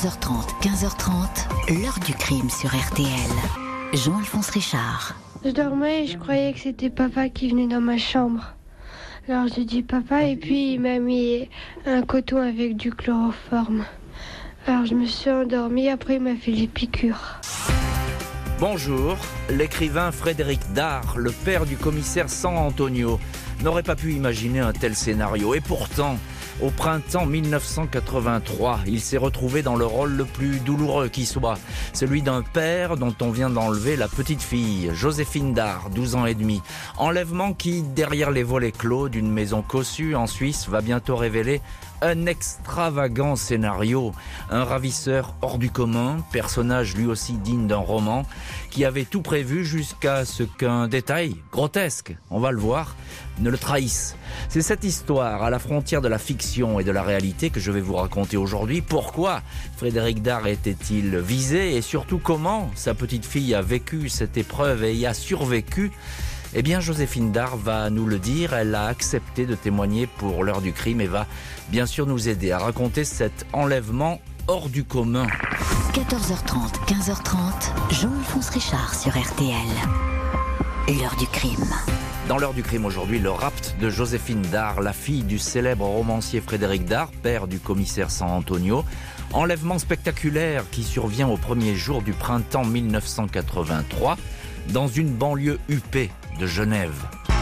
14h30, 15h30, l'heure du crime sur RTL. Jean-Alphonse Richard. Je dormais et je croyais que c'était papa qui venait dans ma chambre. Alors j'ai dit papa et puis il m'a mis un coton avec du chloroforme. Alors je me suis endormie, après il m'a fait les piqûres. Bonjour, l'écrivain Frédéric Dard, le père du commissaire San Antonio, n'aurait pas pu imaginer un tel scénario. Et pourtant, au printemps 1983, il s'est retrouvé dans le rôle le plus douloureux qui soit, celui d'un père dont on vient d'enlever la petite fille, Joséphine Dard, 12 ans et demi. Enlèvement qui, derrière les volets clos d'une maison cossue en Suisse, va bientôt révéler un extravagant scénario, un ravisseur hors du commun, personnage lui aussi digne d'un roman, qui avait tout prévu jusqu'à ce qu'un détail grotesque, on va le voir, ne le trahisse. C'est cette histoire à la frontière de la fiction et de la réalité que je vais vous raconter aujourd'hui. Pourquoi Frédéric Dard était-il visé et surtout comment sa petite fille a vécu cette épreuve et y a survécu? Eh bien, Joséphine Dard va nous le dire. Elle a accepté de témoigner pour l'heure du crime et va bien sûr nous aider à raconter cet enlèvement hors du commun. 14h30, 15h30, Jean-Alphonse Richard sur RTL. L'heure du crime. Dans l'heure du crime aujourd'hui, le rapt de Joséphine Dard, la fille du célèbre romancier Frédéric Dard, père du commissaire San Antonio. Enlèvement spectaculaire qui survient au premier jour du printemps 1983 dans une banlieue huppée de Genève.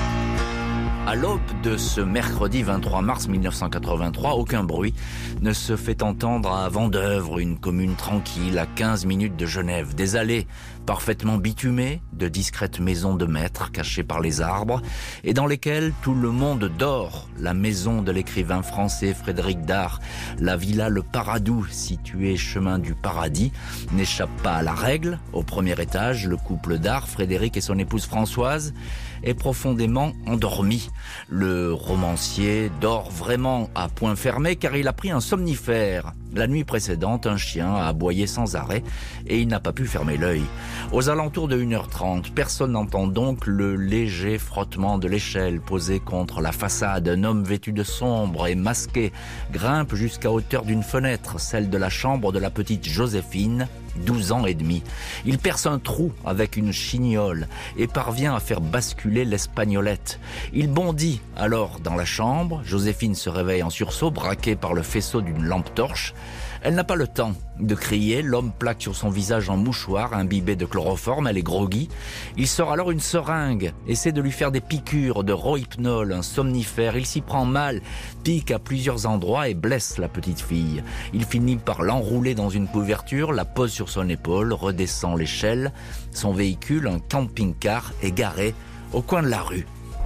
À l'aube de ce mercredi 23 mars 1983, aucun bruit ne se fait entendre à Vendeuvre, une commune tranquille à 15 minutes de Genève. Des allées parfaitement bitumées, de discrètes maisons de maître cachées par les arbres et dans lesquelles tout le monde dort. La maison de l'écrivain français Frédéric Dard, la villa Le Paradou, située chemin du Paradis, n'échappe pas à la règle. Au premier étage, le couple Dard, Frédéric et son épouse Françoise, est profondément endormi. Le romancier dort vraiment à point fermé car il a pris un somnifère. La nuit précédente, un chien a aboyé sans arrêt et il n'a pas pu fermer l'œil. Aux alentours de 1h30, personne n'entend donc le léger frottement de l'échelle posée contre la façade. Un homme vêtu de sombre et masqué grimpe jusqu'à hauteur d'une fenêtre, celle de la chambre de la petite Joséphine, 12 ans et demi. Il perce un trou avec une chignole et parvient à faire basculer l'espagnolette. Il bondit alors dans la chambre. Joséphine se réveille en sursaut, braquée par le faisceau d'une lampe torche. Elle n'a pas le temps de crier. L'homme plaque sur son visage un mouchoir imbibé de chloroforme. Elle est groggy. Il sort alors une seringue, essaie de lui faire des piqûres de rohypnol, un somnifère. Il s'y prend mal, pique à plusieurs endroits et blesse la petite fille. Il finit par l'enrouler dans une couverture, la pose sur son épaule, redescend l'échelle. Son véhicule, un camping-car, est garé au coin de la rue.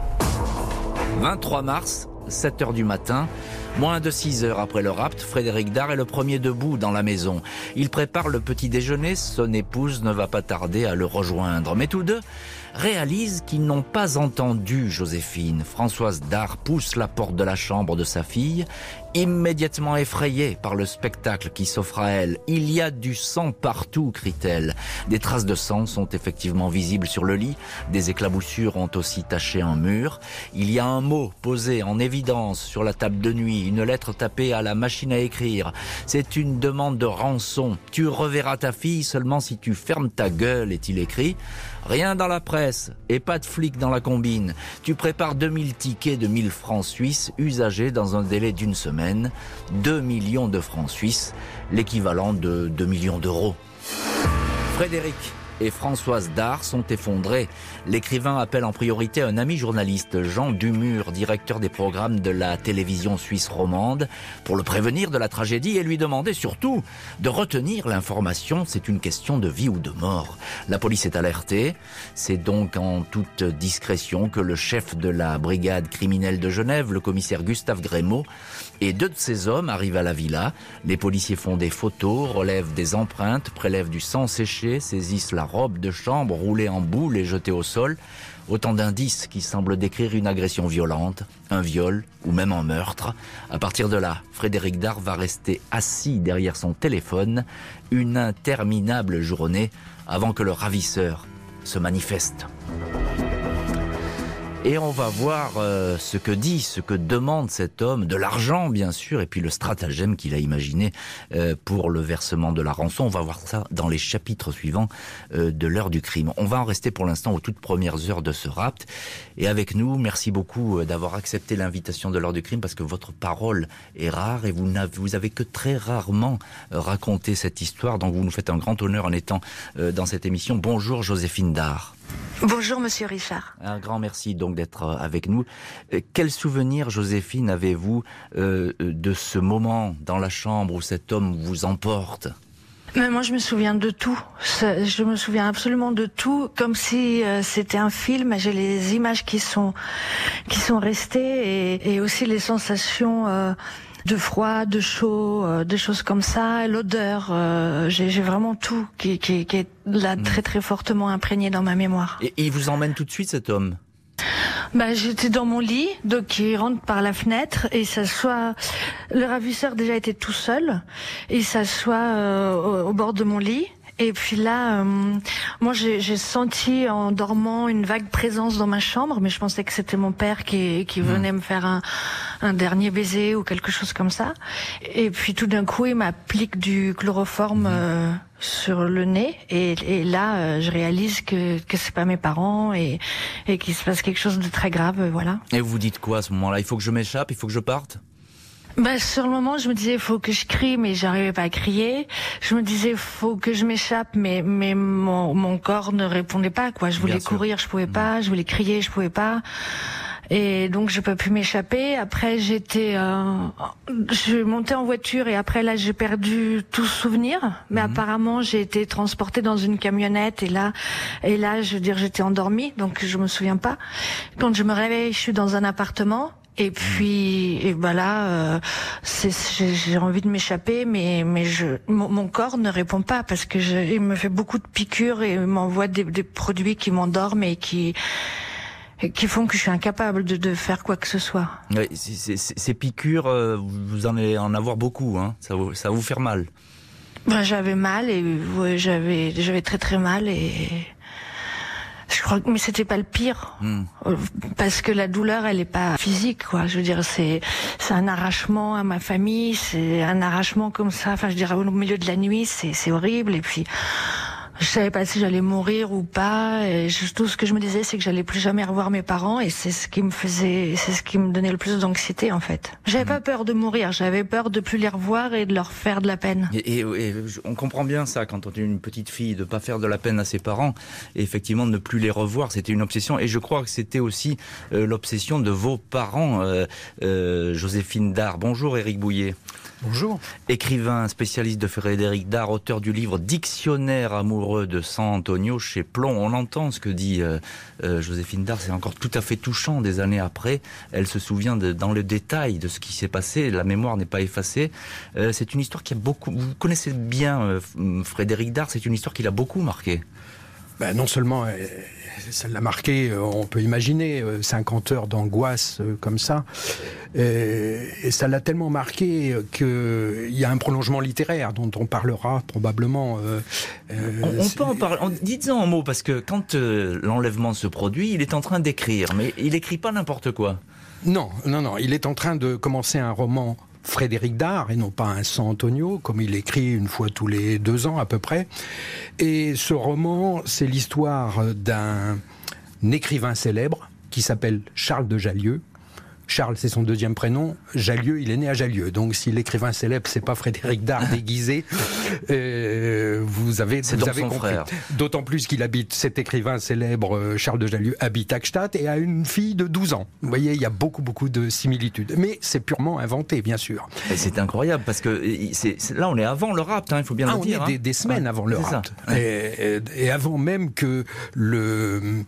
23 mars, 7h du matin, moins de 6 heures après le rapt, Frédéric Dard est le premier debout dans la maison. Il prépare le petit déjeuner, son épouse ne va pas tarder à le rejoindre. Mais tous deux réalisent qu'ils n'ont pas entendu Joséphine. Françoise Dard pousse la porte de la chambre de sa fille, immédiatement effrayée par le spectacle qui s'offre à elle. « Il y a du sang partout », crie-t-elle. Des traces de sang sont effectivement visibles sur le lit. Des éclaboussures ont aussi taché un mur. Il y a un mot posé en évidence sur la table de nuit, une lettre tapée à la machine à écrire. C'est une demande de rançon. « Tu reverras ta fille seulement si tu fermes ta gueule », est-il écrit. Rien dans la presse et pas de flics dans la combine. Tu prépares 2000 tickets de 1000 francs suisses usagés dans un délai d'une semaine. 2 millions de francs suisses, l'équivalent de 2 millions d'euros. Frédéric et Françoise Dard sont effondrés. L'écrivain appelle en priorité un ami journaliste, Jean Dumur, directeur des programmes de la télévision suisse romande, pour le prévenir de la tragédie et lui demander surtout de retenir l'information. C'est une question de vie ou de mort. La police est alertée. C'est donc en toute discrétion que le chef de la brigade criminelle de Genève, le commissaire Gustave Grémaud, et 2 de ses hommes arrivent à la villa. Les policiers font des photos, relèvent des empreintes, prélèvent du sang séché, saisissent la robe de chambre roulée en boule et jetée au sol. Autant d'indices qui semblent décrire une agression violente, un viol ou même un meurtre. À partir de là, Frédéric Dard va rester assis derrière son téléphone une interminable journée avant que le ravisseur se manifeste. Et on va voir ce que demande cet homme, de l'argent bien sûr, et puis le stratagème qu'il a imaginé pour le versement de la rançon. On va voir ça dans les chapitres suivants de l'heure du crime. On va en rester pour l'instant aux toutes premières heures de ce rapt. Et avec nous, merci beaucoup d'avoir accepté l'invitation de l'heure du crime, parce que votre parole est rare et vous avez que très rarement raconté cette histoire. Donc vous nous faites un grand honneur en étant dans cette émission. Bonjour Joséphine Dard. Bonjour Monsieur Richard. Un grand merci donc d'être avec nous. Quel souvenir, Joséphine, avez-vous de ce moment dans la chambre où cet homme vous emporte ? Mais moi je me souviens de tout. Je me souviens absolument de tout, comme si c'était un film. J'ai les images qui sont restées et aussi les sensations de froid, de chaud, des choses comme ça, l'odeur. J'ai vraiment tout qui est là très très fortement imprégné dans ma mémoire. Et il vous emmène tout de suite, cet homme ? J'étais dans mon lit, donc il rentre par la fenêtre et s'assoit. Le ravisseur déjà était tout seul, il s'assoit au bord de mon lit. Et puis là, moi j'ai senti en dormant une vague présence dans ma chambre, mais je pensais que c'était mon père qui venait me faire un dernier baiser ou quelque chose comme ça. Et puis tout d'un coup, il m'applique du chloroforme sur le nez, et là je réalise que c'est pas mes parents et qu'il se passe quelque chose de très grave, voilà. Et vous dites quoi à ce moment-là ? Il faut que je m'échappe, il faut que je parte ? Sur le moment, je me disais, faut que je crie, mais j'arrivais pas à crier. Je me disais, faut que je m'échappe, mais mon corps ne répondait pas, quoi. Je voulais courir, je pouvais pas. Je voulais crier, je pouvais pas. Et donc, j'ai pas pu m'échapper. Après, je montais en voiture et après, là, j'ai perdu tout souvenir. Mais apparemment, j'ai été transportée dans une camionnette et là, je veux dire, j'étais endormie, donc je me souviens pas. Quand je me réveille, je suis dans un appartement. Et puis, j'ai envie de m'échapper, mais mon corps ne répond pas parce que il me fait beaucoup de piqûres et m'envoie des produits qui m'endorment et qui font que je suis incapable de faire quoi que ce soit. Oui, ces piqûres, vous en allez en avoir beaucoup, hein. Ça vous fait mal. J'avais mal et j'avais très très mal et je crois que, mais c'était pas le pire, parce que la douleur, elle est pas physique, quoi. Je veux dire, c'est un arrachement à ma famille, c'est un arrachement comme ça. Enfin, je dirais au milieu de la nuit, c'est horrible. Et puis, je savais pas si j'allais mourir ou pas. Et tout ce que je me disais, c'est que j'allais plus jamais revoir mes parents, et c'est ce qui me donnait le plus d'anxiété, en fait. J'avais pas peur de mourir, j'avais peur de plus les revoir et de leur faire de la peine. Et on comprend bien ça quand on est une petite fille, de pas faire de la peine à ses parents, et effectivement de ne plus les revoir, c'était une obsession. Et je crois que c'était aussi l'obsession de vos parents, Joséphine Dard. Bonjour Éric Bouillet. Bonjour. Écrivain, spécialiste de Frédéric Dard, auteur du livre Dictionnaire amoureux de San Antonio chez Plomb. On entend ce que dit Joséphine Dard, c'est encore tout à fait touchant des années après. Elle se souvient dans le détail de ce qui s'est passé, la mémoire n'est pas effacée. C'est une histoire qui a beaucoup... Vous connaissez bien Frédéric Dard, c'est une histoire qui l'a beaucoup marqué. Non seulement ça l'a marqué, on peut imaginer 50 heures d'angoisse comme ça, et ça l'a tellement marqué qu'il y a un prolongement littéraire dont on parlera probablement. On peut en parler, dites-en un mot, parce que quand l'enlèvement se produit, il est en train d'écrire, mais il n'écrit pas n'importe quoi. Non, il est en train de commencer un roman Frédéric Dard, et non pas un San Antonio, comme il écrit une fois tous les 2 ans à peu près. Et ce roman, c'est l'histoire d'un écrivain célèbre qui s'appelle Charles de Jallieu. Charles, c'est son 2e prénom. Jallieu, il est né à Jallieu. Donc, si l'écrivain célèbre, c'est pas Frédéric Dard déguisé, vous avez compris. Frère. D'autant plus qu'il habite, cet écrivain célèbre, Charles de Jallieu, habite à Gstaad et a une fille de 12 ans. Vous voyez, il y a beaucoup de similitudes. Mais c'est purement inventé, bien sûr. Et c'est incroyable, parce que là, on est avant le rapt, il faut bien le dire. On est des semaines avant le rapt. Et avant même que le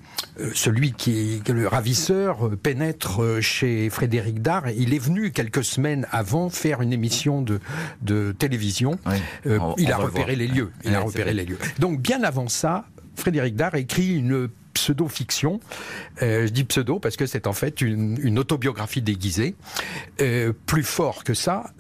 ravisseur pénètre chez Frédéric Dard. Il est venu quelques semaines avant faire une émission de télévision. Il a repéré les lieux. Donc bien avant ça, Frédéric Dard écrit une pseudo-fiction. Je dis pseudo parce que c'est en fait une autobiographie déguisée. Plus fort que ça,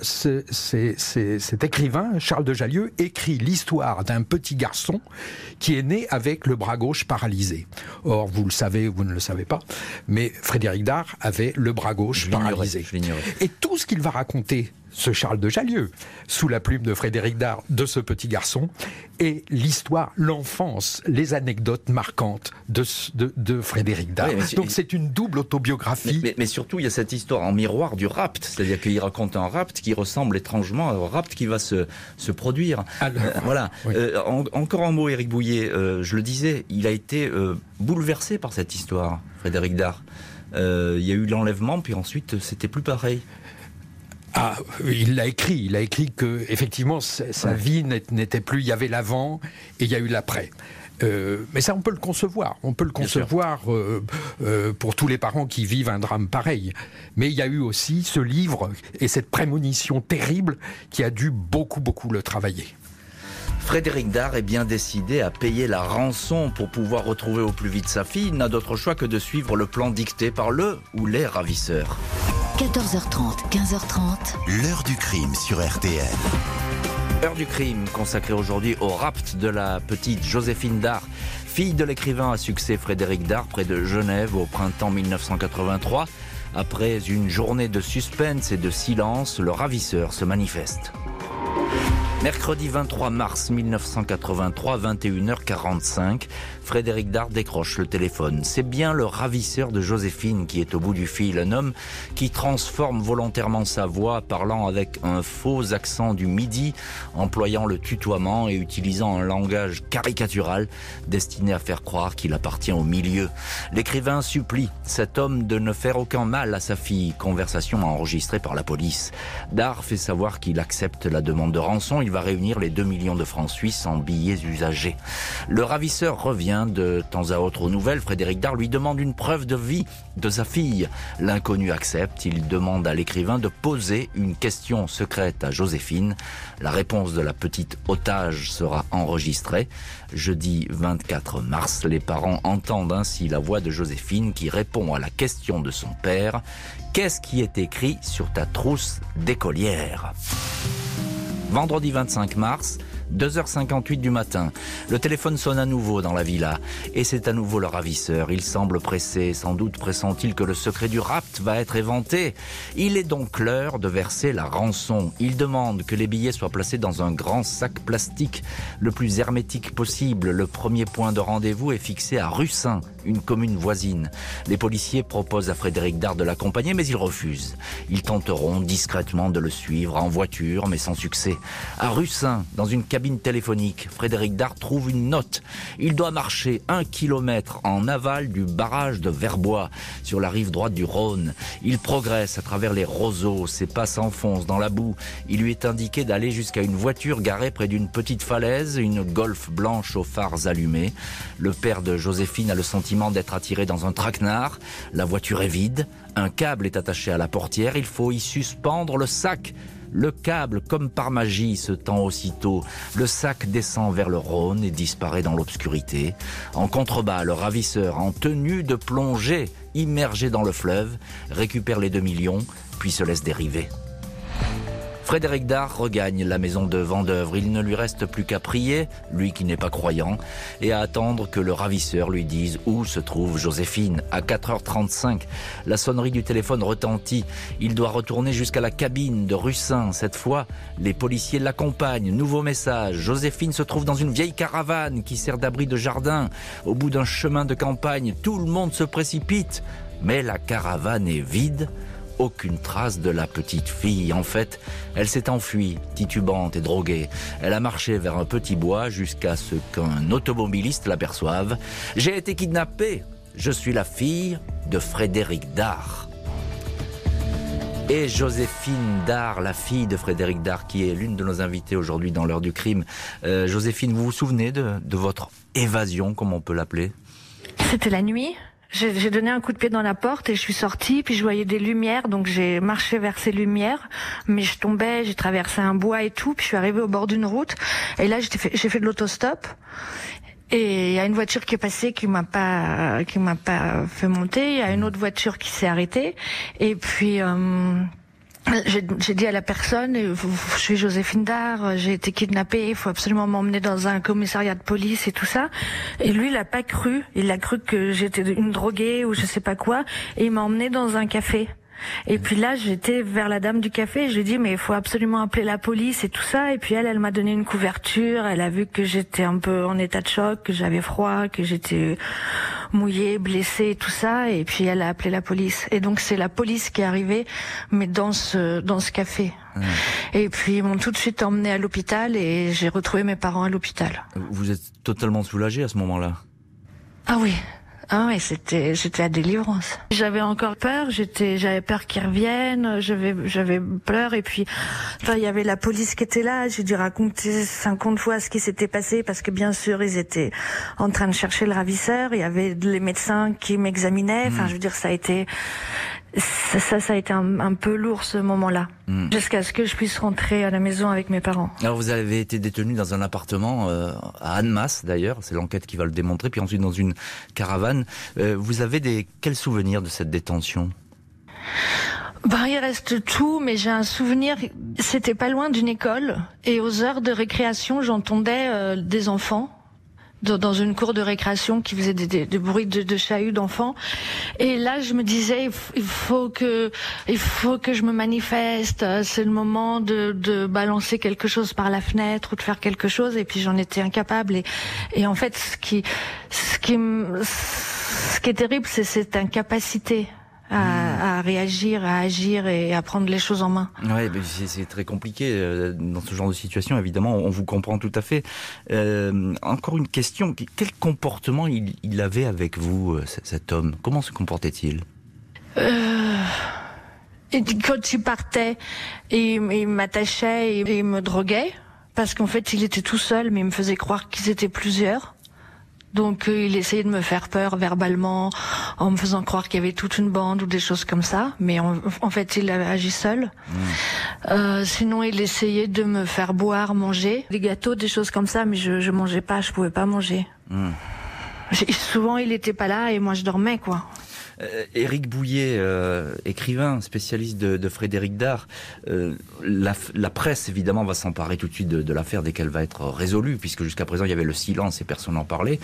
cet écrivain, Charles de Jallieu, écrit l'histoire d'un petit garçon qui est né avec le bras gauche paralysé. Or, vous le savez ou vous ne le savez pas, mais Frédéric Dard avait le bras gauche paralysé. Et tout ce qu'il va raconter, ce Charles de Jallieu, sous la plume de Frédéric Dard, de ce petit garçon, et l'histoire, l'enfance, les anecdotes marquantes de Frédéric Dard. Oui, donc c'est une double autobiographie. Mais surtout, il y a cette histoire en miroir du rapt, c'est-à-dire qu'il raconte un rapt qui ressemble étrangement au rapt qui va se produire. Alors, voilà. Oui. Encore un mot, Éric Bouillet, je le disais, il a été bouleversé par cette histoire, Frédéric Dard. Il y a eu l'enlèvement, puis ensuite, c'était plus pareil. Ah, il l'a écrit que effectivement sa vie n'était plus, il y avait l'avant et il y a eu l'après. Mais ça, on peut le concevoir. On peut le concevoir pour tous les parents qui vivent un drame pareil. Mais il y a eu aussi ce livre et cette prémonition terrible qui a dû beaucoup le travailler. Frédéric Dard est bien décidé à payer la rançon pour pouvoir retrouver au plus vite sa fille. Il n'a d'autre choix que de suivre le plan dicté par le ou les ravisseurs. 14h30, 15h30. L'heure du crime sur RTL. Heure du crime consacrée aujourd'hui au rapt de la petite Joséphine Dard, fille de l'écrivain à succès Frédéric Dard, près de Genève au printemps 1983. Après une journée de suspense et de silence, le ravisseur se manifeste. Mercredi 23 mars 1983, 21h45, Frédéric Dard décroche le téléphone. C'est bien le ravisseur de Joséphine qui est au bout du fil, un homme qui transforme volontairement sa voix, parlant avec un faux accent du Midi, employant le tutoiement et utilisant un langage caricatural destiné à faire croire qu'il appartient au milieu. L'écrivain supplie cet homme de ne faire aucun mal à sa fille, conversation enregistrée par la police. Dard fait savoir qu'il accepte la demande de rançon. Il va réunir les 2 millions de francs suisses en billets usagés. Le ravisseur revient de temps à autre aux nouvelles. Frédéric Dard lui demande une preuve de vie de sa fille. L'inconnu accepte. Il demande à l'écrivain de poser une question secrète à Joséphine. La réponse de la petite otage sera enregistrée. Jeudi 24 mars, les parents entendent ainsi la voix de Joséphine qui répond à la question de son père. Qu'est-ce qui est écrit sur ta trousse d'écolière ? Vendredi 25 mars, 2h58 du matin. Le téléphone sonne à nouveau dans la villa. Et c'est à nouveau le ravisseur. Il semble pressé. Sans doute pressent-il que le secret du rapt va être éventé. Il est donc l'heure de verser la rançon. Il demande que les billets soient placés dans un grand sac plastique, le plus hermétique possible. Le premier point de rendez-vous est fixé à Russin, une commune voisine. Les policiers proposent à Frédéric Dard de l'accompagner, mais il refuse. Ils tenteront discrètement de le suivre en voiture, mais sans succès. À Russin, dans une cabine téléphonique, Frédéric Dard trouve une note. Il doit marcher 1 kilomètre en aval du barrage de Verbois, sur la rive droite du Rhône. Il progresse à travers les roseaux, ses pas s'enfoncent dans la boue. Il lui est indiqué d'aller jusqu'à une voiture garée près d'une petite falaise, une Golf blanche aux phares allumés. Le père de Joséphine a le sentiment d'être attiré dans un traquenard. La voiture est vide, un câble est attaché à la portière, il faut y suspendre le sac. Le câble, comme par magie, se tend aussitôt. Le sac descend vers le Rhône et disparaît dans l'obscurité. En contrebas, le ravisseur, en tenue de plongée, immergé dans le fleuve, récupère les 2 millions, puis se laisse dériver. Frédéric Dard regagne la maison de Vendeuvre. Il ne lui reste plus qu'à prier, lui qui n'est pas croyant, et à attendre que le ravisseur lui dise où se trouve Joséphine. À 4h35, la sonnerie du téléphone retentit. Il doit retourner jusqu'à la cabine de Russin. Cette fois, les policiers l'accompagnent. Nouveau message. Joséphine se trouve dans une vieille caravane qui sert d'abri de jardin. Au bout d'un chemin de campagne, tout le monde se précipite. Mais la caravane est vide. Aucune trace de la petite fille. En fait, elle s'est enfuie, titubante et droguée. Elle a marché vers un petit bois jusqu'à ce qu'un automobiliste l'aperçoive. « J'ai été kidnappée. Je suis la fille de Frédéric Dard. » Et Joséphine Dard, la fille de Frédéric Dard, qui est l'une de nos invitées aujourd'hui dans l'heure du crime. Joséphine, vous vous souvenez de votre évasion, comme on peut l'appeler ? C'était la nuit. J'ai donné un coup de pied dans la porte et je suis sortie, puis je voyais des lumières, donc j'ai marché vers ces lumières, mais je tombais, j'ai traversé un bois et tout, puis je suis arrivée au bord d'une route, et là j'ai fait de l'autostop, Et il y a une voiture qui est passée qui m'a pas fait monter. Il y a une autre voiture qui s'est arrêtée. Et puis j'ai dit à la personne, je suis Joséphine Dard, j'ai été kidnappée, il faut absolument m'emmener dans un commissariat de police et tout ça. Et lui, il a pas cru. Il a cru que j'étais une droguée ou je sais pas quoi. Et il m'a emmenée dans un café. Et puis là, j'étais vers la dame du café, je lui ai dit mais il faut absolument appeler la police et tout ça. Et puis elle m'a donné une couverture, elle a vu que j'étais un peu en état de choc, que j'avais froid, que j'étais mouillée, blessée et tout ça. Et puis elle a appelé la police. Et donc c'est la police qui est arrivée, mais dans ce café. Et puis ils m'ont tout de suite emmenée à l'hôpital et j'ai retrouvé mes parents à l'hôpital. Vous êtes totalement soulagée à ce moment-là? Ah oui. Ah ouais, c'était la délivrance. J'avais encore peur, j'avais peur qu'ils reviennent, j'avais peur et puis il y avait la police qui était là, j'ai dû raconter 50 fois ce qui s'était passé parce que bien sûr, ils étaient en train de chercher le ravisseur, il y avait les médecins qui m'examinaient, enfin je veux dire ça a été un peu lourd ce moment-là, jusqu'à ce que je puisse rentrer à la maison avec mes parents. Alors vous avez été détenu dans un appartement à Annemasse d'ailleurs, c'est l'enquête qui va le démontrer, puis ensuite dans une caravane. Vous avez quels souvenirs de cette détention? Il reste tout, mais j'ai un souvenir, c'était pas loin d'une école, et aux heures de récréation, j'entendais des enfants dans une cour de récréation qui faisait des bruits de chahut d'enfants. Et là, je me disais, il faut que je me manifeste. C'est le moment de balancer quelque chose par la fenêtre ou de faire quelque chose. Et puis j'en étais incapable. Et en fait, ce qui est terrible, c'est cette incapacité à réagir, à agir et à prendre les choses en main. Ouais, c'est très compliqué dans ce genre de situation. Évidemment, on vous comprend tout à fait. Encore une question. Quel comportement il avait avec vous, cet homme? Comment se comportait-il? Quand il partait, il m'attachait et il me droguait. Parce qu'en fait, il était tout seul, mais il me faisait croire qu'ils étaient plusieurs. Donc il essayait de me faire peur verbalement, en me faisant croire qu'il y avait toute une bande ou des choses comme ça. Mais en fait, il agit seul. Sinon, il essayait de me faire boire, manger. Des gâteaux, des choses comme ça, mais je mangeais pas, je pouvais pas manger. Souvent, il était pas là et moi, je dormais, quoi. Éric Bouillet, écrivain, spécialiste de Frédéric Dard, la presse évidemment va s'emparer tout de suite de l'affaire dès qu'elle va être résolue, puisque jusqu'à présent il y avait le silence et personne n'en parlait.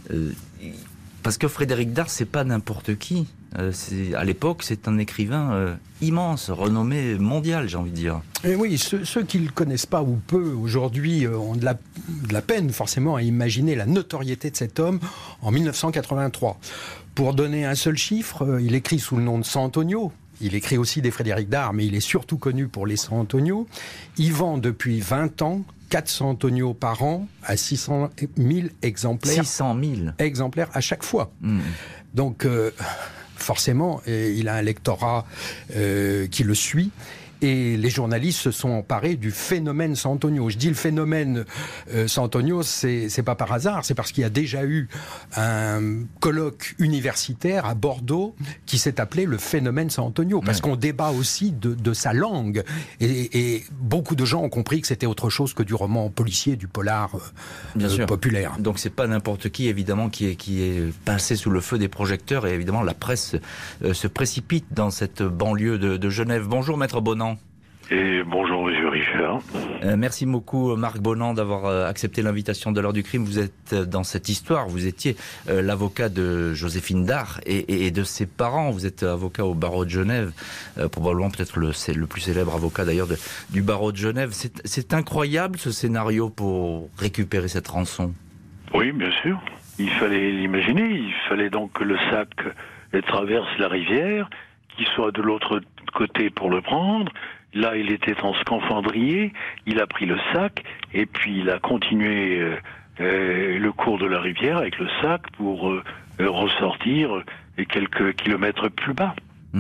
Parce que Frédéric Dard, c'est pas n'importe qui. À l'époque, c'est un écrivain immense, renommé mondial, j'ai envie de dire. Et oui, ceux qui ne le connaissent pas ou peu aujourd'hui ont de la peine forcément à imaginer la notoriété de cet homme en 1983. Pour donner un seul chiffre, il écrit sous le nom de San Antonio. Il écrit aussi des Frédéric Dard, mais il est surtout connu pour les San Antonio. Il vend depuis 20 ans 400 Antonio par an à 600 000 exemplaires. 600 000 exemplaires à chaque fois. Donc, forcément, il a un lectorat qui le suit. Et les journalistes se sont emparés du phénomène San Antonio. Je dis le phénomène San Antonio, c'est pas par hasard, c'est parce qu'il y a déjà eu un colloque universitaire à Bordeaux qui s'est appelé le phénomène San Antonio, parce qu'on débat aussi de sa langue. Et beaucoup de gens ont compris que c'était autre chose que du roman policier, du polar populaire. Donc c'est pas n'importe qui, évidemment, qui est passé sous le feu des projecteurs, et évidemment la presse se précipite dans cette banlieue de Genève. Bonjour Maître Bonan. Et bonjour Monsieur Richard. Merci beaucoup Marc Bonan d'avoir accepté l'invitation de l'heure du crime. Vous êtes dans cette histoire, vous étiez l'avocat de Joséphine Dard et de ses parents. Vous êtes avocat au barreau de Genève, probablement peut-être le plus célèbre avocat d'ailleurs du barreau de Genève. C'est incroyable ce scénario pour récupérer cette rançon. Oui, bien sûr. Il fallait l'imaginer. Il fallait donc que le sac traverse la rivière, qu'il soit de l'autre côté pour le prendre. Là, il était en scaphandrier, il a pris le sac, et puis il a continué le cours de la rivière avec le sac pour ressortir quelques kilomètres plus bas.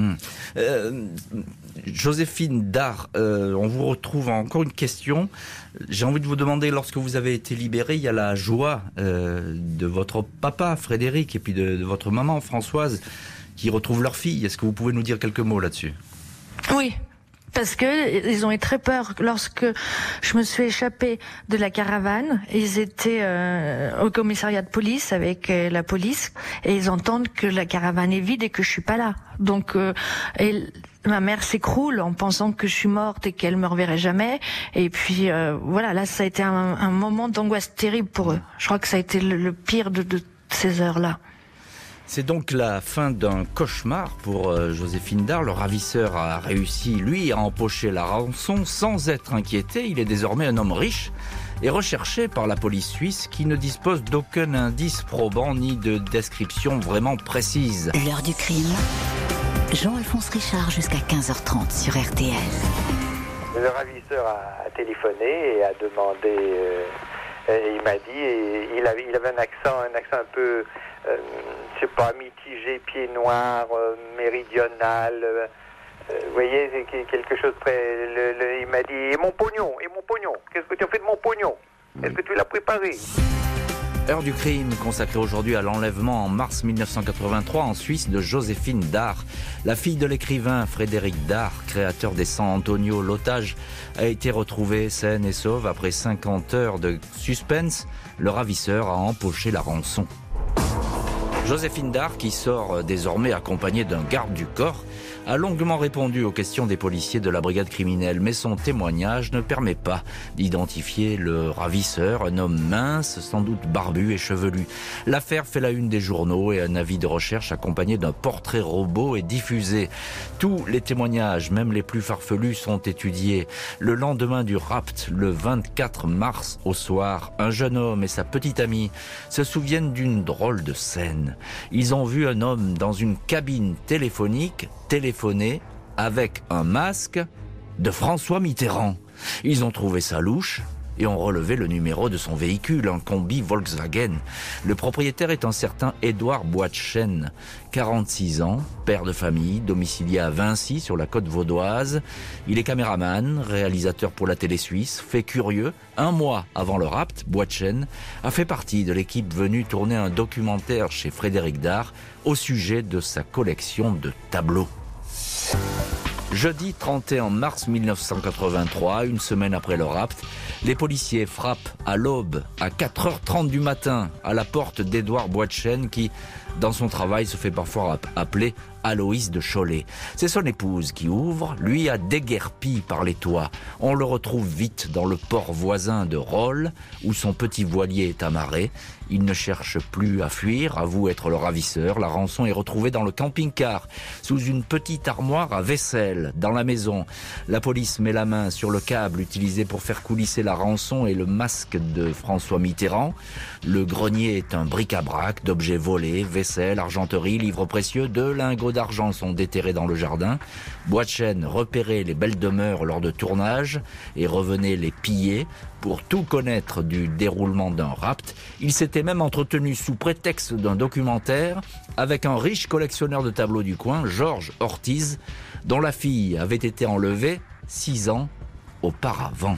Joséphine Dard, on vous retrouve encore une question. J'ai envie de vous demander, lorsque vous avez été libérée, il y a la joie de votre papa, Frédéric, et puis de votre maman, Françoise, qui retrouvent leur fille. Est-ce que vous pouvez nous dire quelques mots là-dessus ? Oui. Parce que ils ont eu très peur lorsque je me suis échappée de la caravane. Ils étaient au commissariat de police avec la police et ils entendent que la caravane est vide et que je suis pas là. Donc ma mère s'écroule en pensant que je suis morte et qu'elle me reverrait jamais. Et puis voilà, là ça a été un moment d'angoisse terrible pour eux. Je crois que ça a été le pire de ces heures-là. C'est donc la fin d'un cauchemar pour Joséphine Dard. Le ravisseur a réussi, lui, à empocher la rançon sans être inquiété. Il est désormais un homme riche et recherché par la police suisse qui ne dispose d'aucun indice probant ni de description vraiment précise. L'heure du crime. Jean-Alphonse Richard jusqu'à 15h30 sur RTL. Le ravisseur a téléphoné et a demandé... il m'a dit, et il avait un accent un peu, je sais pas, mitigé, pied noir, méridional. Vous voyez, c'est quelque chose près. Il m'a dit, et mon pognon, qu'est-ce que tu as fait de mon pognon? Est-ce que tu l'as préparé? Heure du crime consacrée aujourd'hui à l'enlèvement en mars 1983 en Suisse de Joséphine Dard. La fille de l'écrivain Frédéric Dard, créateur des San Antonio. L'otage a été retrouvé saine et sauve après 50 heures de suspense. Le ravisseur a empoché la rançon. Joséphine Dard, qui sort désormais accompagnée d'un garde du corps, a longuement répondu aux questions des policiers de la brigade criminelle, mais son témoignage ne permet pas d'identifier le ravisseur, un homme mince, sans doute barbu et chevelu. L'affaire fait la une des journaux et un avis de recherche accompagné d'un portrait robot est diffusé. Tous les témoignages, même les plus farfelus, sont étudiés. Le lendemain du rapt, le 24 mars au soir, un jeune homme et sa petite amie se souviennent d'une drôle de scène. Ils ont vu un homme dans une cabine téléphonique téléphoner avec un masque de François Mitterrand. Ils ont trouvé ça louche et ont relevé le numéro de son véhicule, un combi Volkswagen. Le propriétaire est un certain Édouard Boitchen, 46 ans, père de famille, domicilié à Vincy sur la côte vaudoise. Il est caméraman, réalisateur pour la télé suisse. Fait curieux, un mois avant le rapt, Boitchen a fait partie de l'équipe venue tourner un documentaire chez Frédéric Dard au sujet de sa collection de tableaux. Jeudi 31 mars 1983, une semaine après le rapt, les policiers frappent à l'aube, à 4h30 du matin, à la porte d'Édouard Boitchen qui, dans son travail, se fait parfois appeler Aloïs de Cholet. C'est son épouse qui ouvre, lui a déguerpi par les toits. On le retrouve vite dans le port voisin de Rolle, où son petit voilier est amarré. Il ne cherche plus à fuir, avoue être le ravisseur. La rançon est retrouvée dans le camping-car, sous une petite armoire à vaisselle, dans la maison. La police met la main sur le câble utilisé pour faire coulisser la rançon et le masque de François Mitterrand. Le grenier est un bric-à-brac d'objets volés, vaisselle, argenterie, livres précieux, 2 lingots d'argent sont déterrés dans le jardin. Boitchen repérait les belles demeures lors de tournage et revenait les piller. Pour tout connaître du déroulement d'un rapt, il s'était même entretenu sous prétexte d'un documentaire avec un riche collectionneur de tableaux du coin, Georges Ortiz, dont la fille avait été enlevée 6 ans auparavant.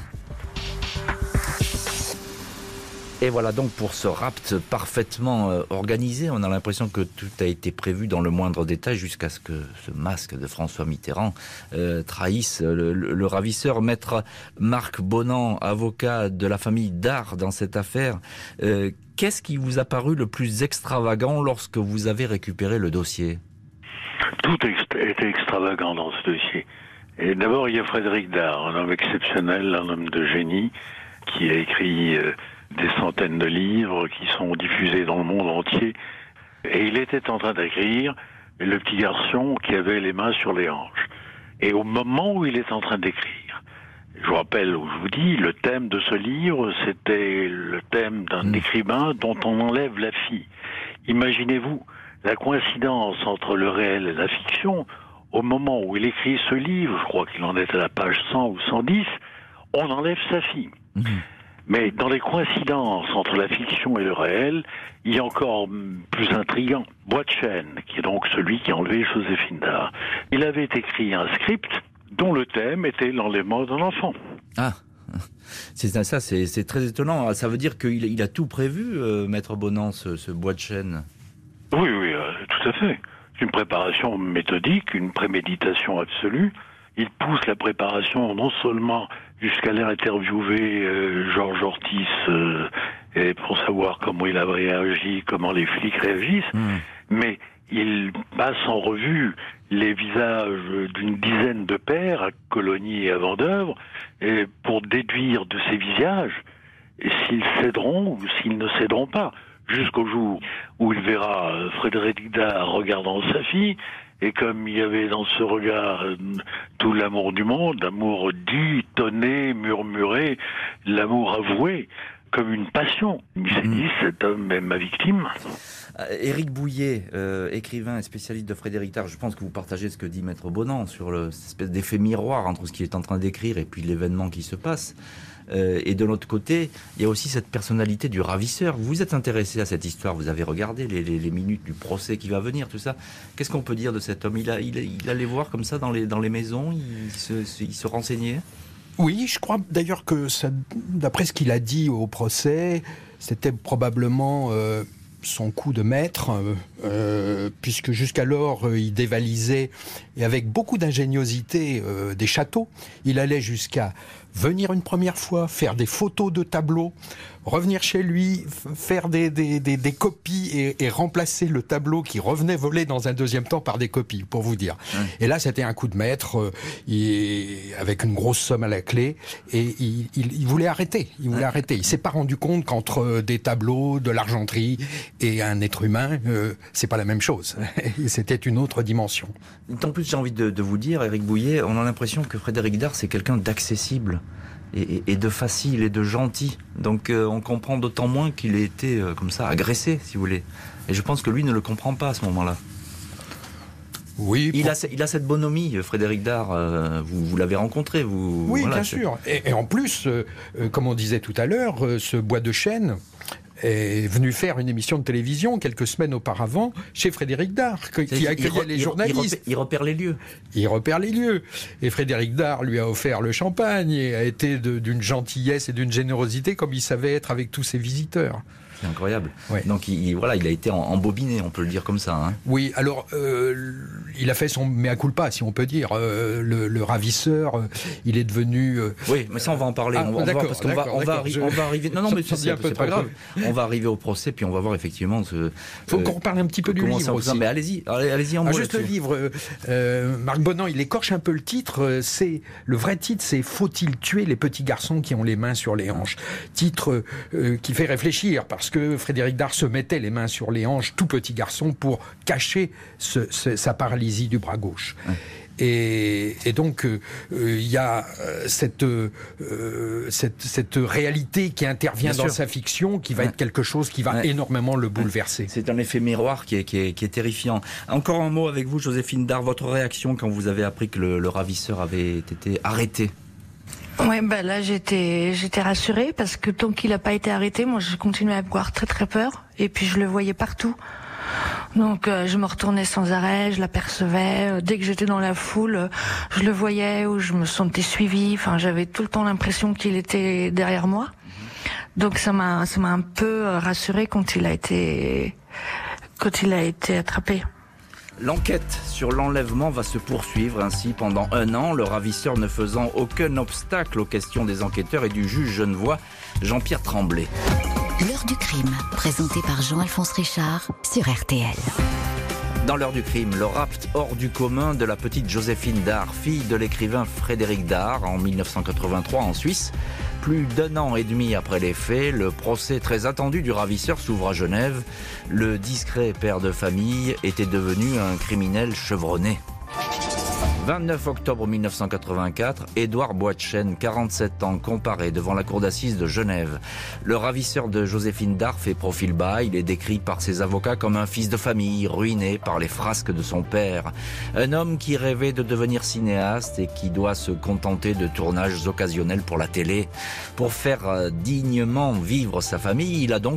Et voilà donc pour ce rapt parfaitement organisé. On a l'impression que tout a été prévu dans le moindre détail jusqu'à ce que ce masque de François Mitterrand trahisse le ravisseur. Maître Marc Bonan, avocat de la famille Dard dans cette affaire, qu'est-ce qui vous a paru le plus extravagant lorsque vous avez récupéré le dossier? Tout était extravagant dans ce dossier. Et d'abord, il y a Frédéric Dard, un homme exceptionnel, un homme de génie, qui a écrit des centaines de livres qui sont diffusés dans le monde entier. Et il était en train d'écrire le petit garçon qui avait les mains sur les hanches. Et au moment où il est en train d'écrire, je vous rappelle, où je vous dis, le thème de ce livre, c'était le thème d'un écrivain dont on enlève la fille. Imaginez-vous la coïncidence entre le réel et la fiction. Au moment où il écrit ce livre, je crois qu'il en est à la page 100 ou 110, on enlève sa fille. Mais dans les coïncidences entre la fiction et le réel, il y a encore plus intriguant. Boitchen, qui est donc celui qui a enlevé Joséphine Dard, il avait écrit un script dont le thème était l'enlèvement d'un enfant. Ah, c'est très étonnant. Ça veut dire qu'il a tout prévu, Maître Bonan, ce Boitchen. Oui, tout à fait. Une préparation méthodique, une préméditation absolue. il pousse la préparation non seulement jusqu'à aller interviewer Georges Ortiz et pour savoir comment il a réagi, comment les flics réagissent, mais il passe en revue les visages d'une dizaine de pères à Cologny et à Vendeuvre et pour déduire de ces visages s'ils céderont ou s'ils ne céderont pas, jusqu'au jour où il verra Frédéric Dard regardant sa fille, et comme il y avait dans ce regard tout l'amour du monde, l'amour dit, tonné, murmuré, l'amour avoué, comme une passion. Il s'est dit, cet homme est ma victime. Éric Bouillet, écrivain et spécialiste de Frédéric Dard, je pense que vous partagez ce que dit Maître Bonan sur cette espèce d'effet miroir entre ce qu'il est en train d'écrire et puis l'événement qui se passe. Et de l'autre côté, il y a aussi cette personnalité du ravisseur. Vous vous êtes intéressé à cette histoire, vous avez regardé les minutes du procès qui va venir, tout ça. Qu'est-ce qu'on peut dire de cet homme ? Il allait voir comme ça dans les maisons, il se renseignait ? Oui, je crois d'ailleurs que d'après ce qu'il a dit au procès, c'était probablement son coup de maître, puisque jusqu'alors il dévalisait, et avec beaucoup d'ingéniosité, des châteaux. Il allait jusqu'à venir une première fois, faire des photos de tableaux, revenir chez lui, faire des copies et remplacer le tableau qui revenait voler dans un deuxième temps par des copies, pour vous dire. Et là, c'était un coup de maître, avec une grosse somme à la clé, et il voulait arrêter. Il s'est pas rendu compte qu'entre des tableaux, de l'argenterie et un être humain, c'est pas la même chose. C'était une autre dimension. En plus, j'ai envie de vous dire, Éric Bouillet, on a l'impression que Frédéric Dard, c'est quelqu'un d'accessible. Et de facile et de gentil. Donc on comprend d'autant moins qu'il a été comme ça agressé, si vous voulez. Et je pense que lui ne le comprend pas à ce moment-là. Oui. Il a cette bonhomie, Frédéric Dard. Vous l'avez rencontré, vous. Oui, voilà, bien sûr. Et en plus, comme on disait tout à l'heure, ce bois de chêne est venu faire une émission de télévision quelques semaines auparavant chez Frédéric Dard, qui accueillait les journalistes. Il repère les lieux. Il repère les lieux. Et Frédéric Dard lui a offert le champagne et a été d'une gentillesse et d'une générosité comme il savait être avec tous ses visiteurs. C'est incroyable. Ouais. Donc il a été embobiné, on peut le dire comme ça. Hein. Oui, alors il a fait son mea culpa, si on peut dire. Le ravisseur, il est devenu. Oui, mais ça on va en parler. On va arriver. Non, mais c'est pas grave. On va arriver au procès, puis on va voir effectivement. Faut qu'on reparle un petit peu du livre aussi. Mais allez-y en mot. Juste le livre. Marc Bonan, il écorche un peu le titre. Le vrai titre, c'est Faut-il tuer les petits garçons qui ont les mains sur les hanches ? Titre qui fait réfléchir parce que Frédéric Dard se mettait les mains sur les hanches, tout petit garçon, pour cacher sa paralysie du bras gauche. Ouais. Et donc il y a cette réalité qui intervient dans sa fiction, qui va être quelque chose qui va énormément le bouleverser. C'est un effet miroir qui est terrifiant. Encore un mot avec vous, Joséphine Dard, votre réaction quand vous avez appris que le ravisseur avait été arrêté? Ouais, là j'étais rassurée parce que tant qu'il n'a pas été arrêté, moi je continuais à avoir très très peur et puis je le voyais partout. Donc je me retournais sans arrêt, je l'apercevais. Dès que j'étais dans la foule, je le voyais ou je me sentais suivie. Enfin, j'avais tout le temps l'impression qu'il était derrière moi. Donc ça m'a un peu rassurée quand il a été attrapé. L'enquête sur l'enlèvement va se poursuivre ainsi pendant 1 an, le ravisseur ne faisant aucun obstacle aux questions des enquêteurs et du juge genevois Jean-Pierre Tremblay. L'heure du crime, présenté par Jean-Alphonse Richard sur RTL. Dans l'heure du crime, le rapt hors du commun de la petite Joséphine Dard, fille de l'écrivain Frédéric Dard, en 1983 en Suisse. Plus d'1 an et demi après les faits, le procès très attendu du ravisseur s'ouvre à Genève. Le discret père de famille était devenu un criminel chevronné. 29 octobre 1984, Édouard Boitchen, 47 ans, comparé devant la cour d'assises de Genève. Le ravisseur de Joséphine Dard fait profil bas. Il est décrit par ses avocats comme un fils de famille, ruiné par les frasques de son père. Un homme qui rêvait de devenir cinéaste et qui doit se contenter de tournages occasionnels pour la télé. Pour faire dignement vivre sa famille, il a donc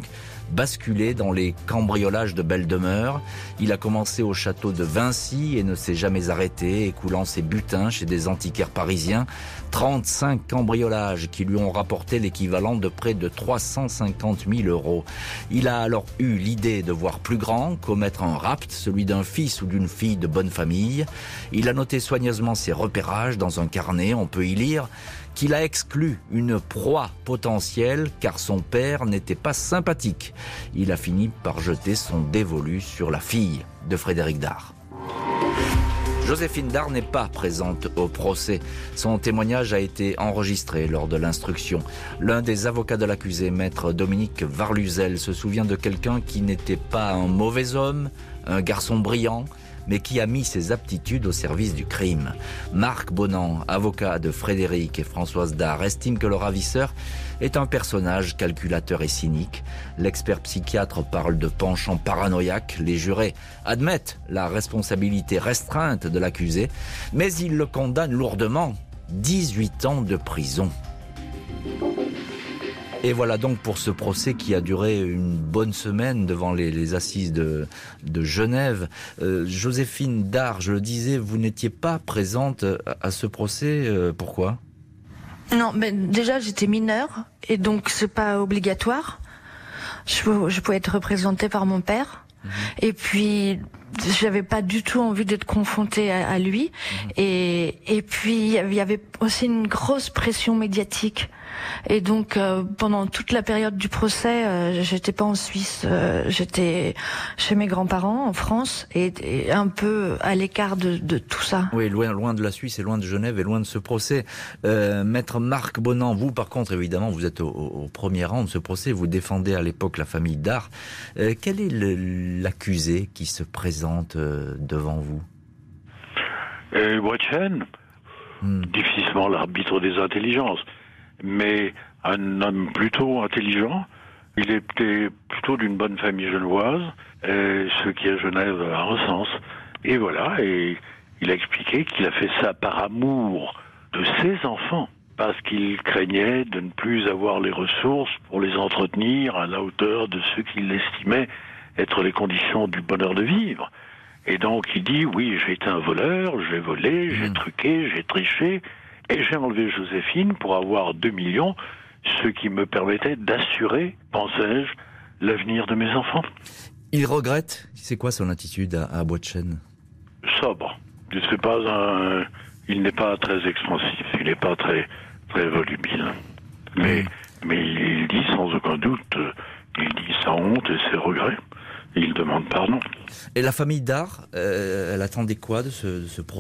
basculé dans les cambriolages de belles demeures. Il a commencé au château de Vincy et ne s'est jamais arrêté, écoulant ses butins chez des antiquaires parisiens. 35 cambriolages qui lui ont rapporté l'équivalent de près de 350 000 €. Il a alors eu l'idée de voir plus grand, commettre un rapt, celui d'un fils ou d'une fille de bonne famille. Il a noté soigneusement ses repérages dans un carnet. On peut y lire qu'il a exclu une proie potentielle car son père n'était pas sympathique. Il a fini par jeter son dévolu sur la fille de Frédéric Dard. Joséphine Dard n'est pas présente au procès. Son témoignage a été enregistré lors de l'instruction. L'un des avocats de l'accusé, maître Dominique Varluzel, se souvient de quelqu'un qui n'était pas un mauvais homme, un garçon brillant, mais qui a mis ses aptitudes au service du crime. Marc Bonan, avocat de Frédéric et Françoise Dard, estime que le ravisseur est un personnage calculateur et cynique. L'expert psychiatre parle de penchant paranoïaque. Les jurés admettent la responsabilité restreinte de l'accusé, mais ils le condamnent lourdement. 18 ans de prison. Et voilà donc pour ce procès qui a duré une bonne semaine devant les assises de Genève. Joséphine Dard, je le disais, vous n'étiez pas présente à ce procès. Pourquoi ? Non, mais déjà j'étais mineure et donc c'est pas obligatoire. Je pouvais être représentée par mon père. Et puis j'avais pas du tout envie d'être confrontée à lui. Et puis il y avait aussi une grosse pression médiatique. Et donc pendant toute la période du procès, j'étais pas en Suisse, j'étais chez mes grands-parents en France et un peu à l'écart de tout ça. Oui, loin de la Suisse et loin de Genève et loin de ce procès. Maître Marc Bonan, vous par contre évidemment vous êtes au premier rang de ce procès, vous défendez à l'époque la famille Dard. Quel est l'accusé qui se présente devant vous ? Boitchen, difficilement l'arbitre des intelligences, mais un homme plutôt intelligent. Il était plutôt d'une bonne famille genevoise, ce qui à Genève a un sens. Et voilà, et il a expliqué qu'il a fait ça par amour de ses enfants, parce qu'il craignait de ne plus avoir les ressources pour les entretenir à la hauteur de ce qu'il estimait être les conditions du bonheur de vivre. Et donc il dit, oui, j'ai été un voleur, j'ai volé, j'ai truqué, j'ai triché, et j'ai enlevé Joséphine pour avoir 2 millions, ce qui me permettait d'assurer, pensais-je, l'avenir de mes enfants. Il regrette. C'est quoi son attitude à Boitchen ? Sobre. Il n'est pas très expansif, il n'est pas très volubile. Mais il dit sans aucun doute, il dit sa honte et ses regrets. Et il demande pardon. Et la famille Dard, elle attendait quoi de ce procès ?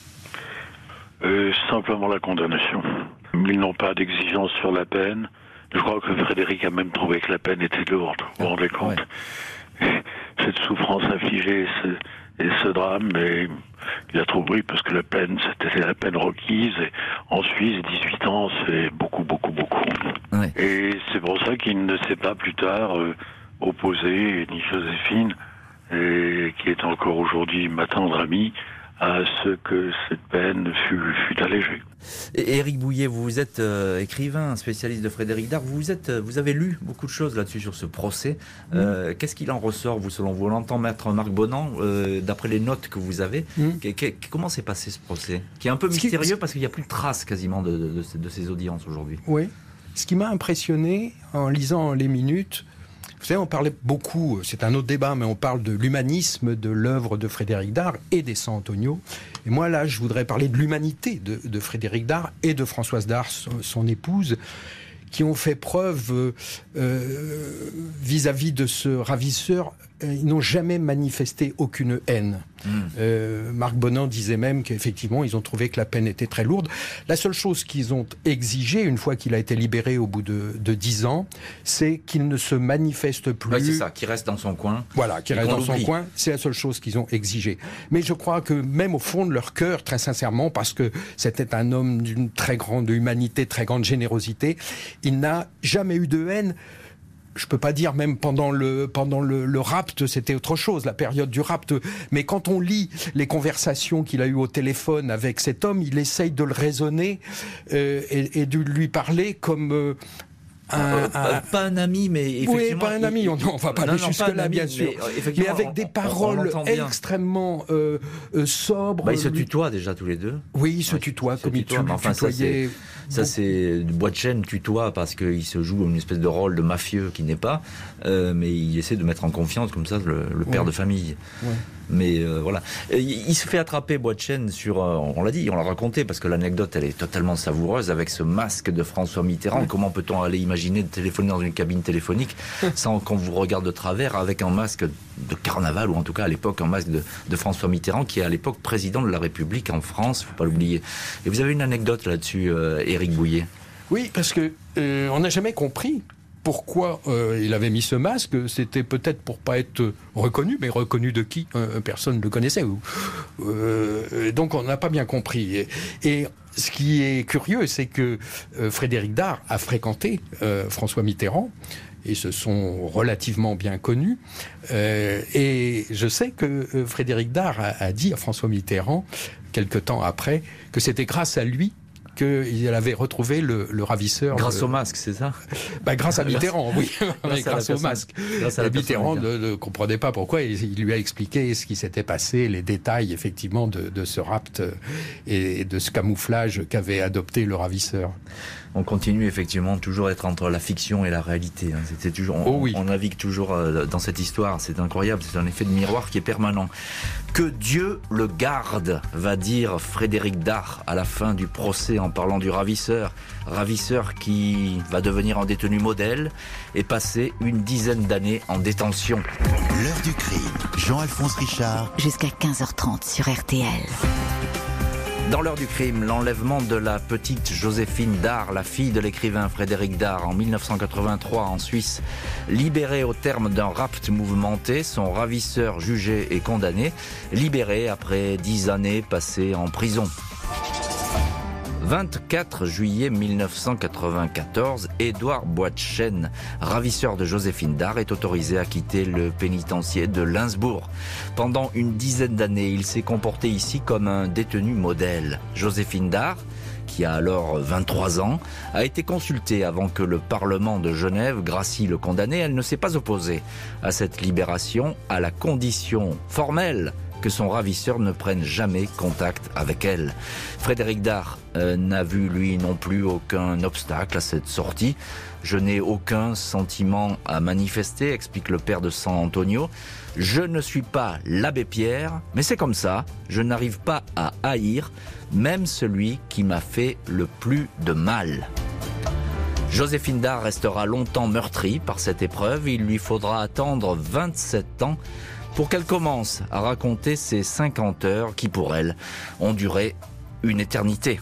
Simplement la condamnation. Ils n'ont pas d'exigence sur la peine. Je crois que Frédéric a même trouvé que la peine était lourde. Vous vous rendez compte ? Ouais. Cette souffrance infligée et ce drame, mais il a trouvé, parce que la peine, c'était la peine requise. Et en Suisse, 18 ans, c'est beaucoup. Ouais. Et c'est pour ça qu'il ne s'est pas plus tard opposé, ni Joséphine, et qui est encore aujourd'hui ma tendre amie, à ce que cette peine fût allégée. Et Éric Bouillet, vous êtes écrivain, spécialiste de Frédéric Dard. Vous avez lu beaucoup de choses là-dessus sur ce procès. Qu'est-ce qu'il en ressort, vous, selon vous ? On entend maître Marc Bonan, d'après les notes que vous avez. Comment s'est passé ce procès ? Qui est un peu mystérieux parce qu'il n'y a plus de traces quasiment de ces audiences aujourd'hui. Oui. Ce qui m'a impressionné en lisant les minutes, vous savez, on parlait beaucoup, c'est un autre débat, mais on parle de l'humanisme de l'œuvre de Frédéric Dard et des San-Antonio. Et moi, là, je voudrais parler de l'humanité de Frédéric Dard et de Françoise Dard, son épouse, qui ont fait preuve vis-à-vis de ce ravisseur. Ils n'ont jamais manifesté aucune haine. Marc Bonan disait même qu'effectivement, ils ont trouvé que la peine était très lourde. La seule chose qu'ils ont exigé, une fois qu'il a été libéré au bout de 10 ans, c'est qu'il ne se manifeste plus. Oui, c'est ça, qu'il reste dans son coin. Voilà, qu'il reste dans son coin. C'est la seule chose qu'ils ont exigé. Mais je crois que même au fond de leur cœur, très sincèrement, parce que c'était un homme d'une très grande humanité, très grande générosité, il n'a jamais eu de haine. Je peux pas dire même pendant le rapt, c'était autre chose, la période du rapt. Mais quand on lit les conversations qu'il a eues au téléphone avec cet homme, il essaye de le raisonner et de lui parler comme Pas un ami, mais effectivement... Oui, pas un ami, on va pas aller jusque-là, bien sûr. Mais avec des paroles extrêmement sobres. Ils se tutoient déjà tous les deux. Oui, ils se tutoient, comme ils tutoyaient... Ça, c'est Boitchen tutoie parce qu'il se joue une espèce de rôle de mafieux qui n'est pas, mais il essaie de mettre en confiance comme ça le père de famille. Ouais. Mais voilà. Il se fait attraper, Boitchen, sur... on l'a dit, on l'a raconté, parce que l'anecdote, elle est totalement savoureuse, avec ce masque de François Mitterrand. Comment peut-on aller imaginer de téléphoner dans une cabine téléphonique sans qu'on vous regarde de travers, avec un masque de carnaval, ou en tout cas à l'époque un masque de François Mitterrand, qui est à l'époque président de la République en France, il ne faut pas l'oublier. Et vous avez une anecdote là-dessus, Éric Bouillet? Oui, parce que on n'a jamais compris pourquoi il avait mis ce masque. C'était peut-être pour pas être reconnu, mais reconnu de qui? Personne ne le connaissait. Donc on n'a pas bien compris. Et ce qui est curieux, c'est que Frédéric Dard a fréquenté François Mitterrand, et se sont relativement bien connus. Et je sais que Frédéric Dard a dit à François Mitterrand, quelque temps après, que c'était grâce à lui qu'il avait retrouvé le ravisseur. Grâce au masque, c'est ça? Grâce à Mitterrand, oui. Grâce au masque. Mitterrand ne comprenait pas pourquoi. Il lui a expliqué ce qui s'était passé, les détails, effectivement, de ce rapt et de ce camouflage qu'avait adopté le ravisseur. On continue effectivement toujours à être entre la fiction et la réalité. C'était toujours, on navigue toujours dans cette histoire. C'est incroyable, c'est un effet de miroir qui est permanent. Que Dieu le garde, va dire Frédéric Dard à la fin du procès en parlant du ravisseur. Ravisseur qui va devenir un détenu modèle et passer une dizaine d'années en détention. L'heure du crime, Jean-Alphonse Richard. Jusqu'à 15h30 sur RTL. Dans l'heure du crime, l'enlèvement de la petite Joséphine Dard, la fille de l'écrivain Frédéric Dard, en 1983 en Suisse. Libérée au terme d'un rapt mouvementé, son ravisseur jugé et condamné, libéré après 10 années passées en prison. 24 juillet 1994, Édouard Boitchen, ravisseur de Joséphine Dard, est autorisé à quitter le pénitencier de Linzbourg. Pendant une dizaine d'années, il s'est comporté ici comme un détenu modèle. Joséphine Dard, qui a alors 23 ans, a été consultée avant que le Parlement de Genève gracie le condamné. Elle ne s'est pas opposée à cette libération, à la condition formelle que son ravisseur ne prenne jamais contact avec elle. Frédéric Dard n'a vu, lui non plus, aucun obstacle à cette sortie. Je n'ai aucun sentiment à manifester, explique le père de San Antonio. Je ne suis pas l'abbé Pierre, mais c'est comme ça. Je n'arrive pas à haïr même celui qui m'a fait le plus de mal. Joséphine Dard restera longtemps meurtrie par cette épreuve. Il lui faudra attendre 27 ans pour qu'elle commence à raconter ces 50 heures qui, pour elle, ont duré une éternité.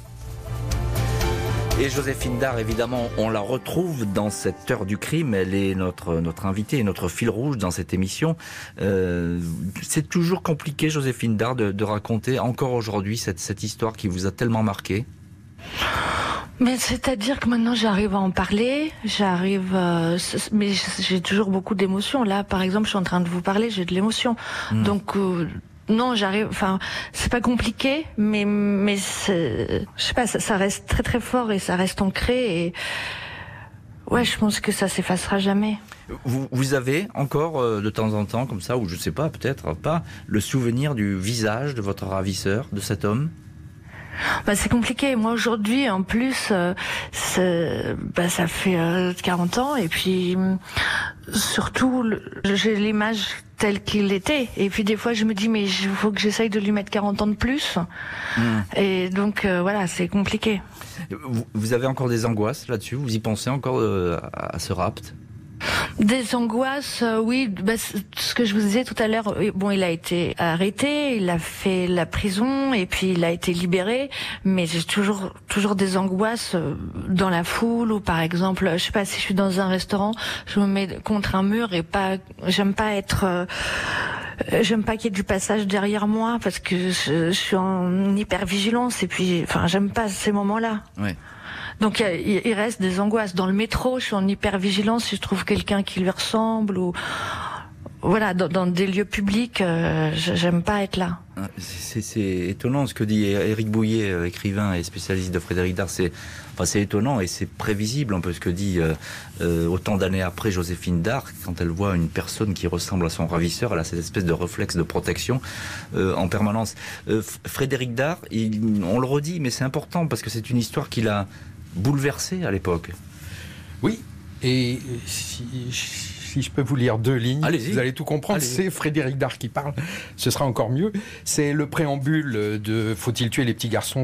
Et Joséphine Dard, évidemment, on la retrouve dans cette heure du crime. Elle est notre invitée et notre fil rouge dans cette émission. C'est toujours compliqué, Joséphine Dard, de raconter encore aujourd'hui cette histoire qui vous a tellement marqué. Mais c'est-à-dire que maintenant j'arrive à en parler, mais j'ai toujours beaucoup d'émotions. Là, par exemple, je suis en train de vous parler, j'ai de l'émotion. Donc non, c'est pas compliqué, mais je sais pas, ça reste très très fort et ça reste ancré. Et ouais, je pense que ça s'effacera jamais. Vous avez encore de temps en temps, comme ça, ou je sais pas, peut-être pas, le souvenir du visage de votre ravisseur, de cet homme? C'est compliqué. Moi aujourd'hui, en plus, ça fait 40 ans et puis surtout j'ai l'image telle qu'il était. Et puis des fois je me dis mais il faut que j'essaye de lui mettre 40 ans de plus. Et donc voilà, c'est compliqué. Vous avez encore des angoisses là-dessus? Vous y pensez encore à ce rapt? Des angoisses, oui. Ce que je vous disais tout à l'heure, bon, il a été arrêté, il a fait la prison et puis il a été libéré. Mais j'ai toujours des angoisses dans la foule ou par exemple, je sais pas, si je suis dans un restaurant, je me mets contre un mur et j'aime pas qu'il y ait du passage derrière moi parce que je suis en hypervigilance et puis, j'aime pas ces moments-là. Ouais. Donc il reste des angoisses. Dans le métro, je suis en hypervigilance si je trouve quelqu'un qui lui ressemble ou voilà, dans des lieux publics, j'aime pas être là. C'est étonnant ce que dit Éric Bouillet, écrivain et spécialiste de Frédéric Dard. C'est étonnant et c'est prévisible un peu ce que dit autant d'années après Joséphine Dard. Quand elle voit une personne qui ressemble à son ravisseur, elle a cette espèce de réflexe de protection en permanence. Frédéric Dard, on le redit, mais c'est important parce que c'est une histoire qui l'a bouleversé à l'époque. Oui, et si je peux vous lire 2 lignes, allez-y. Vous allez tout comprendre. Allez-y. C'est Frédéric Dard qui parle, ce sera encore mieux. C'est le préambule de Faut-il tuer les petits garçons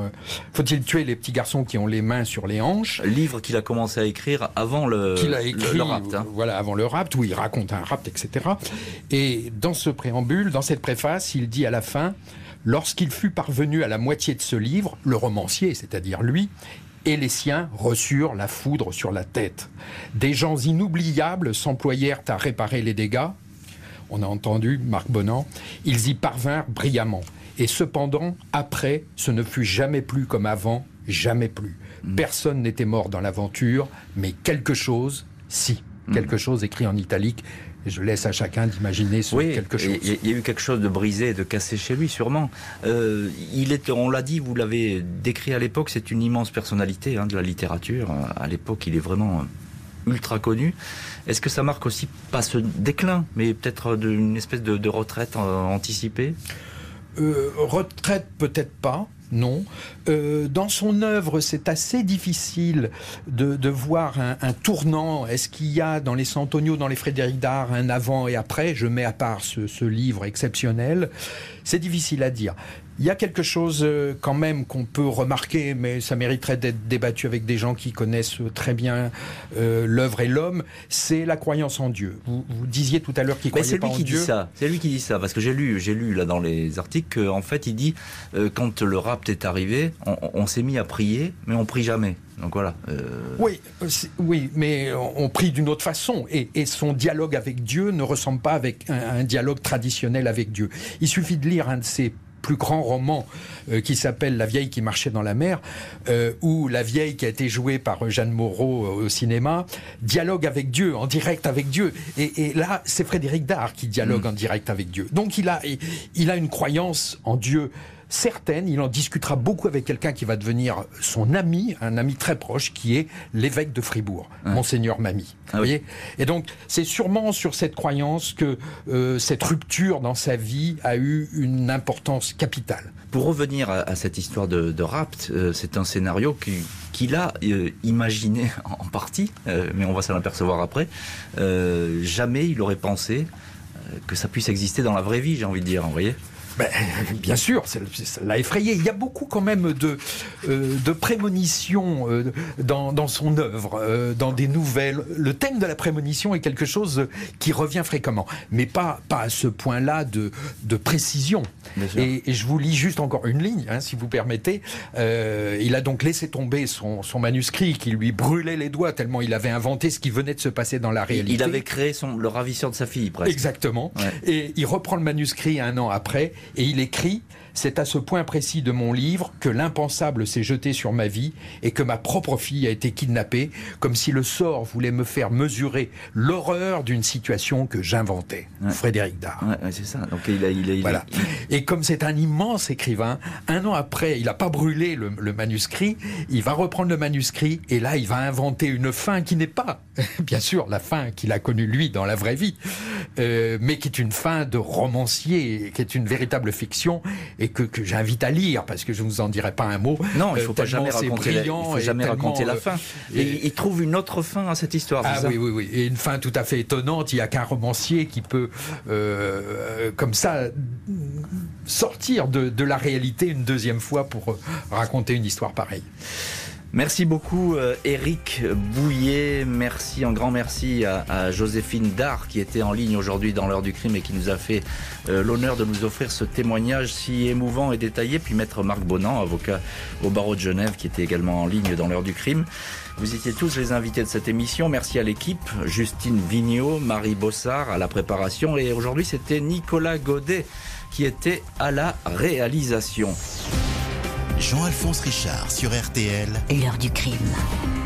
qui ont les mains sur les hanches. Livre qu'il a commencé à écrire avant le rapt. Voilà, avant le rapt, où il raconte un rapt, etc. Et dans ce préambule, dans cette préface, il dit à la fin, lorsqu'il fut parvenu à la moitié de ce livre, le romancier, c'est-à-dire lui, et les siens reçurent la foudre sur la tête. Des gens inoubliables s'employèrent à réparer les dégâts. On a entendu Marc Bonan. Ils y parvinrent brillamment. Et cependant, après, ce ne fut jamais plus comme avant, jamais plus. Personne n'était mort dans l'aventure, mais quelque chose, si. Quelque chose écrit en italique. Et je laisse à chacun d'imaginer quelque chose. Il y a eu quelque chose de brisé et de cassé chez lui, sûrement. On l'a dit, vous l'avez décrit à l'époque, c'est une immense personnalité de la littérature. À l'époque, il est vraiment ultra connu. Est-ce que ça marque aussi, pas ce déclin, mais peut-être une espèce de retraite anticipée ? Retraite, peut-être pas. Non. Dans son œuvre, c'est assez difficile de voir un tournant. Est-ce qu'il y a dans les Sant'Onio, dans les Frédéric Dard, un avant et après ? Je mets à part ce livre exceptionnel. C'est difficile à dire. Il y a quelque chose quand même qu'on peut remarquer, mais ça mériterait d'être débattu avec des gens qui connaissent très bien l'œuvre et l'homme, c'est la croyance en Dieu. Vous disiez tout à l'heure qu'il croyait pas en Dieu. C'est lui qui dit ça, parce que j'ai lu là dans les articles qu'en fait il dit quand le rapt est arrivé, on s'est mis à prier, mais on prie jamais. Donc voilà. Oui, mais on prie d'une autre façon. Et son dialogue avec Dieu ne ressemble pas avec un dialogue traditionnel avec Dieu. Il suffit de lire un de ses plus grand roman qui s'appelle La vieille qui marchait dans la mer, où la vieille qui a été jouée par Jeanne Moreau au cinéma dialogue avec Dieu, en direct avec Dieu. Et là, c'est Frédéric Dard qui dialogue en direct avec Dieu. Donc il a une croyance en Dieu certaine, il en discutera beaucoup avec quelqu'un qui va devenir son ami, un ami très proche, qui est l'évêque de Fribourg, Monseigneur Mamy. Vous voyez ? Et donc, c'est sûrement sur cette croyance que cette rupture dans sa vie a eu une importance capitale. Pour revenir à cette histoire de rapt, c'est un scénario qu'il a imaginé en partie, mais on va s'en apercevoir après. Jamais il aurait pensé que ça puisse exister dans la vraie vie, j'ai envie de dire, vous voyez ? Bien sûr, ça l'a effrayé. Il y a beaucoup quand même de prémonitions dans son œuvre, dans des nouvelles. Le thème de la prémonition est quelque chose qui revient fréquemment, mais pas à ce point-là de précision. Et je vous lis juste encore une ligne, si vous permettez. Il a donc laissé tomber son manuscrit qui lui brûlait les doigts tellement il avait inventé ce qui venait de se passer dans la réalité. Il avait créé le ravisseur de sa fille, presque. Exactement. Ouais. Et il reprend le manuscrit 1 an après. Et il écrit « C'est à ce point précis de mon livre que l'impensable s'est jeté sur ma vie et que ma propre fille a été kidnappée, comme si le sort voulait me faire mesurer l'horreur d'une situation que j'inventais. » Frédéric Dard. Ouais, c'est ça. Donc voilà. Et comme c'est un immense écrivain, 1 an après, il n'a pas brûlé le manuscrit, il va reprendre le manuscrit et là, il va inventer une fin qui n'est pas, bien sûr, la fin qu'il a connue lui dans la vraie vie, mais qui est une fin de romancier, qui est une véritable fiction et que j'invite à lire parce que je ne vous en dirai pas un mot. Non, il ne faut pas jamais raconter la fin. Et il trouve une autre fin à cette histoire. Oui. Et une fin tout à fait étonnante. Il n'y a qu'un romancier qui peut, comme ça, sortir de la réalité une deuxième fois pour raconter une histoire pareille. Merci beaucoup Éric Bouillet, un grand merci à Joséphine Dard qui était en ligne aujourd'hui dans l'heure du crime et qui nous a fait l'honneur de nous offrir ce témoignage si émouvant et détaillé, puis maître Marc Bonan, avocat au barreau de Genève qui était également en ligne dans l'heure du crime. Vous étiez tous les invités de cette émission, merci à l'équipe, Justine Vigneault, Marie Bossard à la préparation et aujourd'hui c'était Nicolas Godet qui était à la réalisation. Jean-Alphonse Richard sur RTL. L'heure du crime.